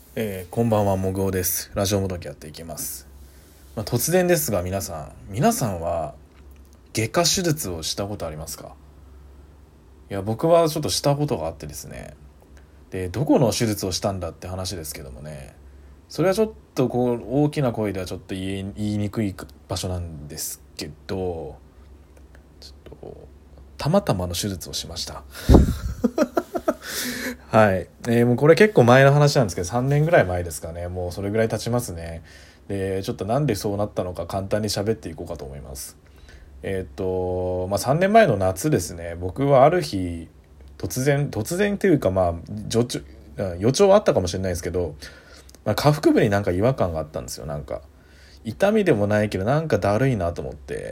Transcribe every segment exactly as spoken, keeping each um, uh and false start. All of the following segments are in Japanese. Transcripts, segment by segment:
えーこんばんは、もぐおです。ラジオもどきやっていきます。まあ、突然ですが、皆さん皆さんは外科手術をしたことありますか？いや、僕はちょっとしたことがあってですね。で、どこの手術をしたんだって話ですけどもね、それはちょっとこう大きな声ではちょっと言い言いにくい場所なんですけど、ちょっとたまたまの手術をしました。はい、えーもうこれ結構前の話なんですけど、さんねんぐらい前ですかね。もうそれぐらい経ちますね。で、ちょっとなんでそうなったのか簡単に喋っていこうかと思います。えっとまあさんねんまえの夏ですね。僕はある日突然突然というか、まあ予兆予兆はあったかもしれないですけど、まあ、下腹部になんか違和感があったんですよ。なんか痛みでもないけどなんかだるいなと思って、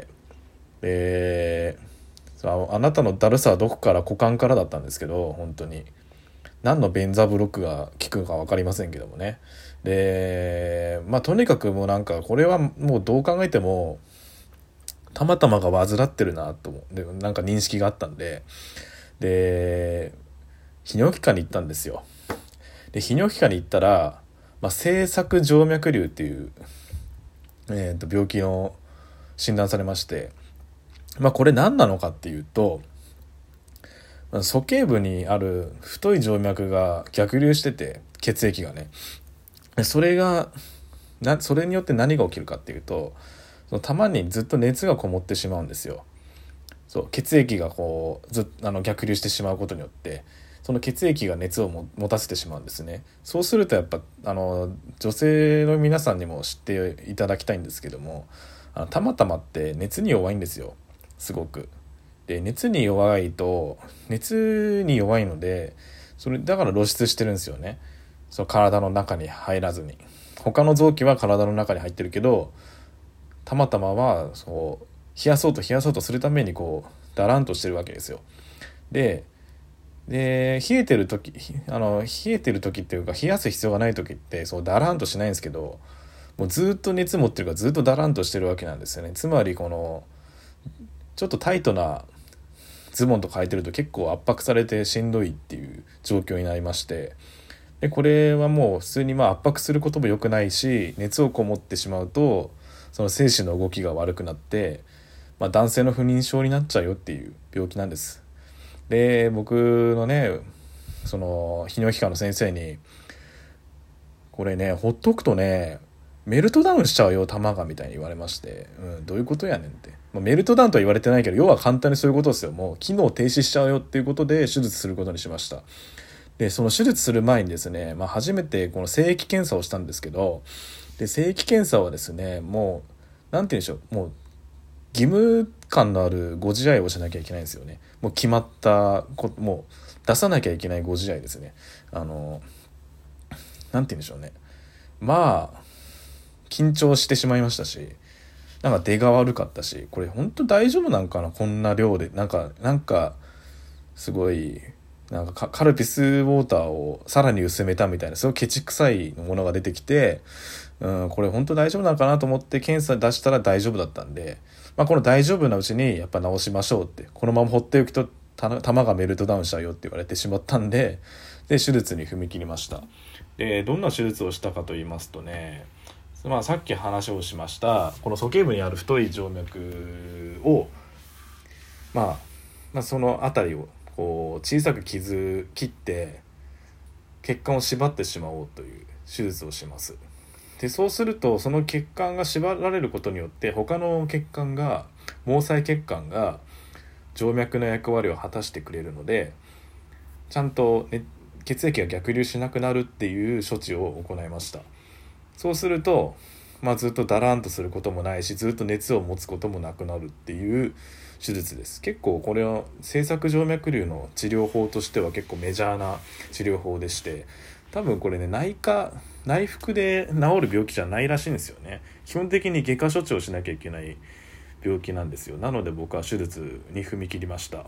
で、ああなたのだるさはどこから？股間からだったんですけど、本当に何の便座ブロックが効くか分かりませんけどもね。で、まあとにかくもうなんかこれはもうどう考えてもたまたまが患ってるなと思うで、なんか認識があったんで、で泌尿器科に行ったんですよ。で泌尿器科に行ったら、まあ、静脈静脈瘤っていう、えー、と病気の診断されまして、まあこれ何なのかっていうと、鼠径部にある太い静脈が逆流してて、血液がね、それがなそれによって何が起きるかっていうと、その玉にずっと熱がこもってしまうんですよ。そう血液がこうずあの逆流してしまうことによって、その血液が熱をも持たせてしまうんですね。そうするとやっぱあの女性の皆さんにも知っていただきたいんですけども、あのたまたまって熱に弱いんですよ、すごく。で熱に弱いと熱に弱いので、それだから露出してるんですよね。その体の中に入らずに、他の臓器は体の中に入ってるけど、たまたまはそう冷やそうと冷やそうとするためにこうだらんとしてるわけですよ。でで冷えてる時あの冷えてる時っていうか、冷やす必要がない時ってそうだらんとしないんですけど、もうずっと熱持ってるからずっとだらんとしてるわけなんですよね。つまりこのちょっとタイトなズボンとか履いてると結構圧迫されてしんどいっていう状況になりまして、でこれはもう普通にまあ圧迫することも良くないし、熱をこもってしまうとその精子の動きが悪くなって、まあ、男性の不妊症になっちゃうよっていう病気なんです。で僕のね、その泌尿器科の先生に、これねほっとくとねメルトダウンしちゃうよ玉がみたいに言われまして、うん、どういうことやねんって、まあ、メルトダウンとは言われてないけど、要は簡単にそういうことですよ。もう機能停止しちゃうよっていうことで手術することにしました。でその手術する前にですね、まあ、初めてこの精液検査をしたんですけど、で精液検査はですね、もうなんて言うんでしょう、もう義務感のあるご自愛をしなきゃいけないんですよね。もう決まったこもう出さなきゃいけないご自愛ですね。あのなんて言うんでしょうね、まあ緊張してしまいましたし、なんか出が悪かったし、これ本当大丈夫なんかな、こんな量で。なんかなんかすごいなんかカルピスウォーターをさらに薄めたみたいな、すごいケチくさいものが出てきて、うん、これ本当大丈夫なのかなと思って検査出したら大丈夫だったんで、まあ、この大丈夫なうちにやっぱ治しましょうって、このまま放っておくと玉がメルトダウンしちゃうよって言われてしまったんで、で手術に踏み切りました。でどんな手術をしたかと言いますとね、まあ、さっき話をしましたこの鼠径部にある太い静脈を、まあ、まあその辺りをこう小さく傷切って血管を縛ってしまおうという手術をします。でそうするとその血管が縛られることによって他の血管が毛細血管が静脈の役割を果たしてくれるので、ちゃんと、ね、血液が逆流しなくなるっていう処置を行いました。そうすると、まあ、ずっとだらんとすることもないし、ずっと熱を持つこともなくなるっていう手術です。結構これは静脈静脈瘤の治療法としては結構メジャーな治療法でして、多分これね内科内服で治る病気じゃないらしいんですよね。基本的に外科処置をしなきゃいけない病気なんですよ。なので僕は手術に踏み切りました。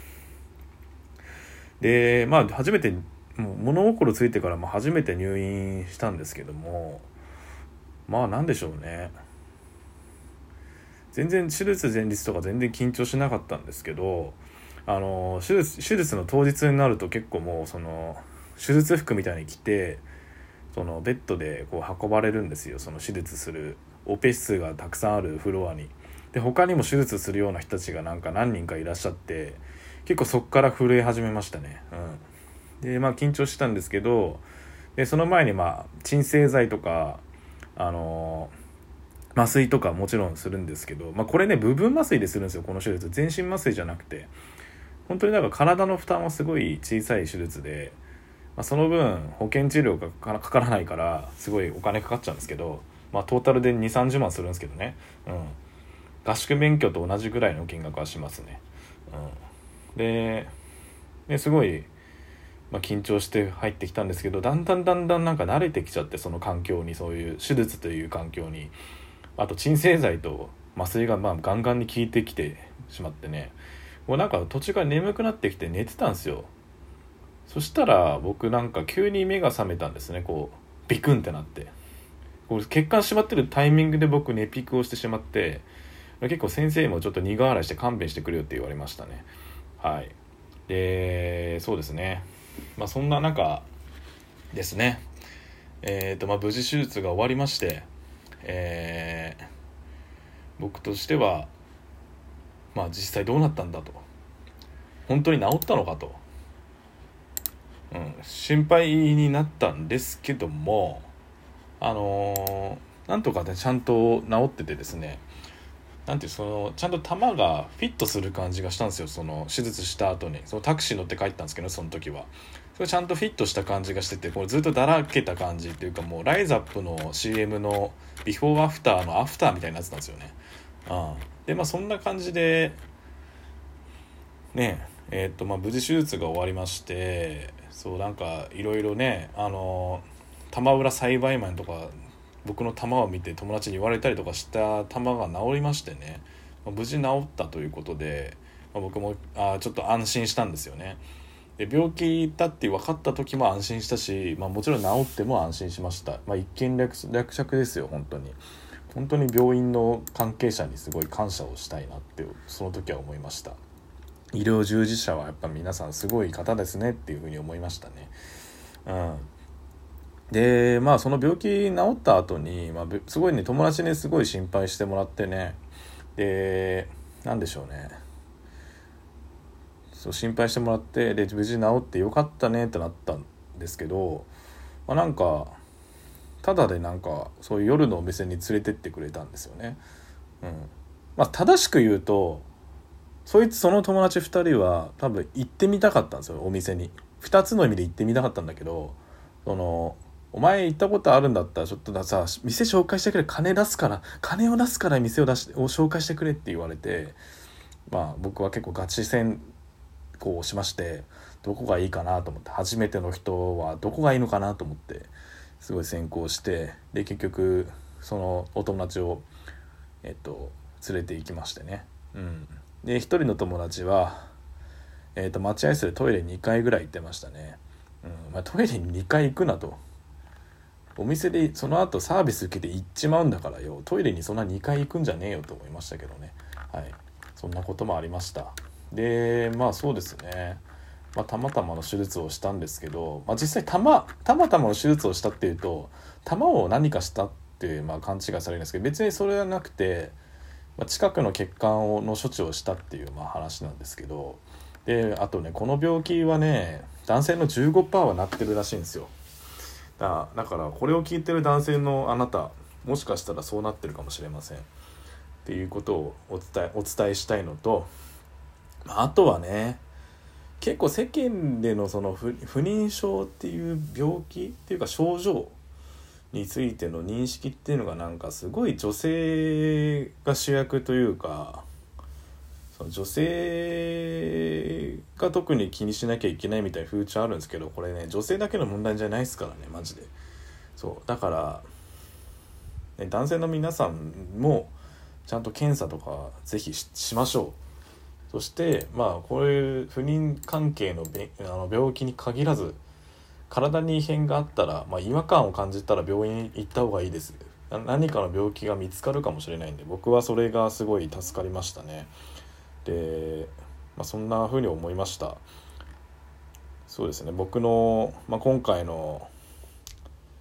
でまあ初めてもう物心ついてからも初めて入院したんですけども、まあなんでしょうね、全然手術前日とか全然緊張しなかったんですけど、あの手術手術の当日になると結構もうその手術服みたいに着て、 そのベッドでこう運ばれるんですよ、その手術するオペ室がたくさんあるフロアに。で他にも手術するような人たちがなんか何人かいらっしゃって、結構そっから震え始めましたね。うん、でまあ緊張してたんですけど、でその前にまあ鎮静剤とかあのー、麻酔とかもちろんするんですけど、まあ、これね部分麻酔でするんですよこの手術。全身麻酔じゃなくて本当になんか体の負担はすごい小さい手術で、まあ、その分保険治療がかからないからすごいお金かかっちゃうんですけど、まあ、トータルでにじゅうさんじゅうまんするんですけどね、うん、合宿免許と同じぐらいの金額はしますね。うん、でですごい、まあ、緊張して入ってきたんですけど、だんだんだんだんなんか慣れてきちゃって、その環境に、そういう手術という環境に、あと鎮静剤と麻酔がまあガンガンに効いてきてしまってね、もうなんか途中から眠くなってきて寝てたんですよ。そしたら僕なんか急に目が覚めたんですね。こうビクンってなって、こう血管閉まってるタイミングで僕寝ピクをしてしまって、結構先生もちょっと苦笑いして勘弁してくれよって言われましたね。はい。でそうですね、まあそんな中ですね、えーとまあ、無事手術が終わりまして、えー僕としてはまあ実際どうなったんだと、本当に治ったのかと、うん、心配になったんですけども、あのーなんとかねちゃんと治っててですね、なんていうそのちゃんと球がフィットする感じがしたんですよ。その手術した後にそのタクシー乗って帰ったんですけど、その時はそれちゃんとフィットした感じがしてて、これずっとだらけた感じっていうか、もうライザップの シーエム のビフォーアフターのアフターみたいになってたんですよね。うん、でまあそんな感じでねえーっとまあ無事手術が終わりまして、そうなんかいろいろね、あの玉浦栽培マンとか僕の球を見て友達に言われたりとかした球が治りましてね、まあ無事治ったということで、まあ、僕もあちょっと安心したんですよね。で病気だって分かった時も安心したし、まあ、もちろん治っても安心しました。まあ、一件落落着ですよ。本当に本当に病院の関係者にすごい感謝をしたいなってその時は思いました。医療従事者はやっぱ皆さんすごい方ですねっていうふうに思いましたね。うんでまあその病気治った後に、まあ、すごいね友達にすごい心配してもらってね、でなんでしょうね、そう心配してもらって、で無事治ってよかったねってなったんですけど、まあ、なんかただでなんかそういう夜のお店に連れてってくれたんですよね。うんまあ、正しく言うとそいつその友達ふたりは多分行ってみたかったんですよ、お店に。ふたつの意味で行ってみたかったんだけど、そのお前行ったことあるんだったらちょっとださ店紹介してくれ、金出すから金を出すから店を出しを紹介してくれって言われて、まあ僕は結構ガチ戦こうしまして、どこがいいかなと思って、初めての人はどこがいいのかなと思ってすごい先行して、で結局そのお友達をえっと連れて行きましてね。うんで一人の友達は、えっと待合室でトイレにかいぐらい行ってましたね。うんまあ、トイレににかい行くなと、お店でその後サービス受けて行っちまうんだからよ、トイレにそんなにかい行くんじゃねえよと思いましたけどね。はい、そんなこともありました。でまあそうですね、まあ、たまたまの手術をしたんですけど、まあ、実際たまたまたまの手術をしたっていうと玉を何かしたってまあ勘違いされるんですけど、別にそれはなくて、まあ、近くの血管をの処置をしたっていうまあ話なんですけど、であとねこの病気はね男性の じゅうごパーセント はなってるらしいんですよ。だだからこれを聞いてる男性のあなた、もしかしたらそうなってるかもしれませんっていうことをお伝えお伝えしたいのと、あとはね結構世間でのその不不妊症っていう病気っていうか症状についての認識っていうのがなんかすごい女性が主役というか、その女性が特に気にしなきゃいけないみたいな風潮あるんですけど、これね女性だけの問題じゃないですからねマジで。そうだから、ね、男性の皆さんもちゃんと検査とかぜひ し, しましょう。そしてまあこういう不妊関係のべあの病気に限らず、体に異変があったら、まあ、違和感を感じたら病院に行った方がいいです。何かの病気が見つかるかもしれないんで、僕はそれがすごい助かりましたね。で、まあ、そんな風に思いました。そうですね、僕の、まあ、今回の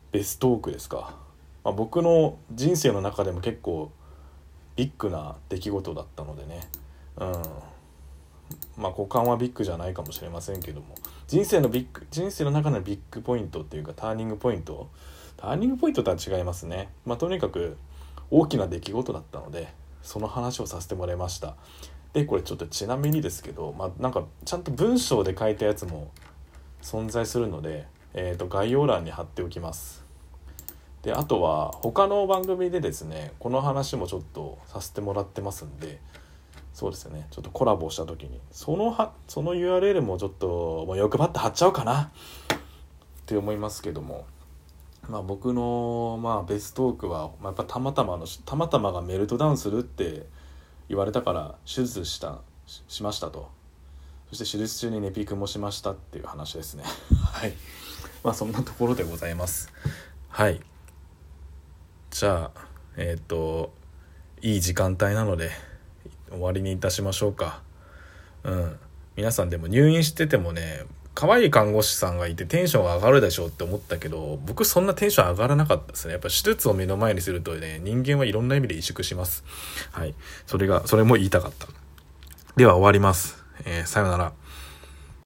ベストークですか。まあ、僕の人生の中でも結構ビッグな出来事だったのでね、うんまあ股間はビッグじゃないかもしれませんけども、人生のビッグ人生の中のビッグポイントっていうかターニングポイントターニングポイントとは違いますね。まあとにかく大きな出来事だったので、その話をさせてもらいました。でこれちょっとちなみにですけど、まあなんかちゃんと文章で書いたやつも存在するので、えーと概要欄に貼っておきます。であとは他の番組でですね、この話もちょっとさせてもらってますんで、そうですね、ちょっとコラボした時にそのはその ユーアールエル もちょっともう欲張って貼っちゃおうかなって思いますけども、まあ僕のまあベストークは、まあ、やっぱたまたまのたまたまがメルトダウンするって言われたから手術したししましたと。そして手術中にネピクもしましたっていう話ですねはいまあそんなところでございます。はい、じゃあえっ、ー、といい時間帯なので終わりにいたしましょうか。うん皆さんでも入院しててもね、可愛い看護師さんがいてテンションが上がるでしょうって思ったけど、僕そんなテンション上がらなかったですね。やっぱ手術を目の前にするとね、人間はいろんな意味で萎縮します。はい、それがそれも言いたかった。では終わります。えー、さよなら。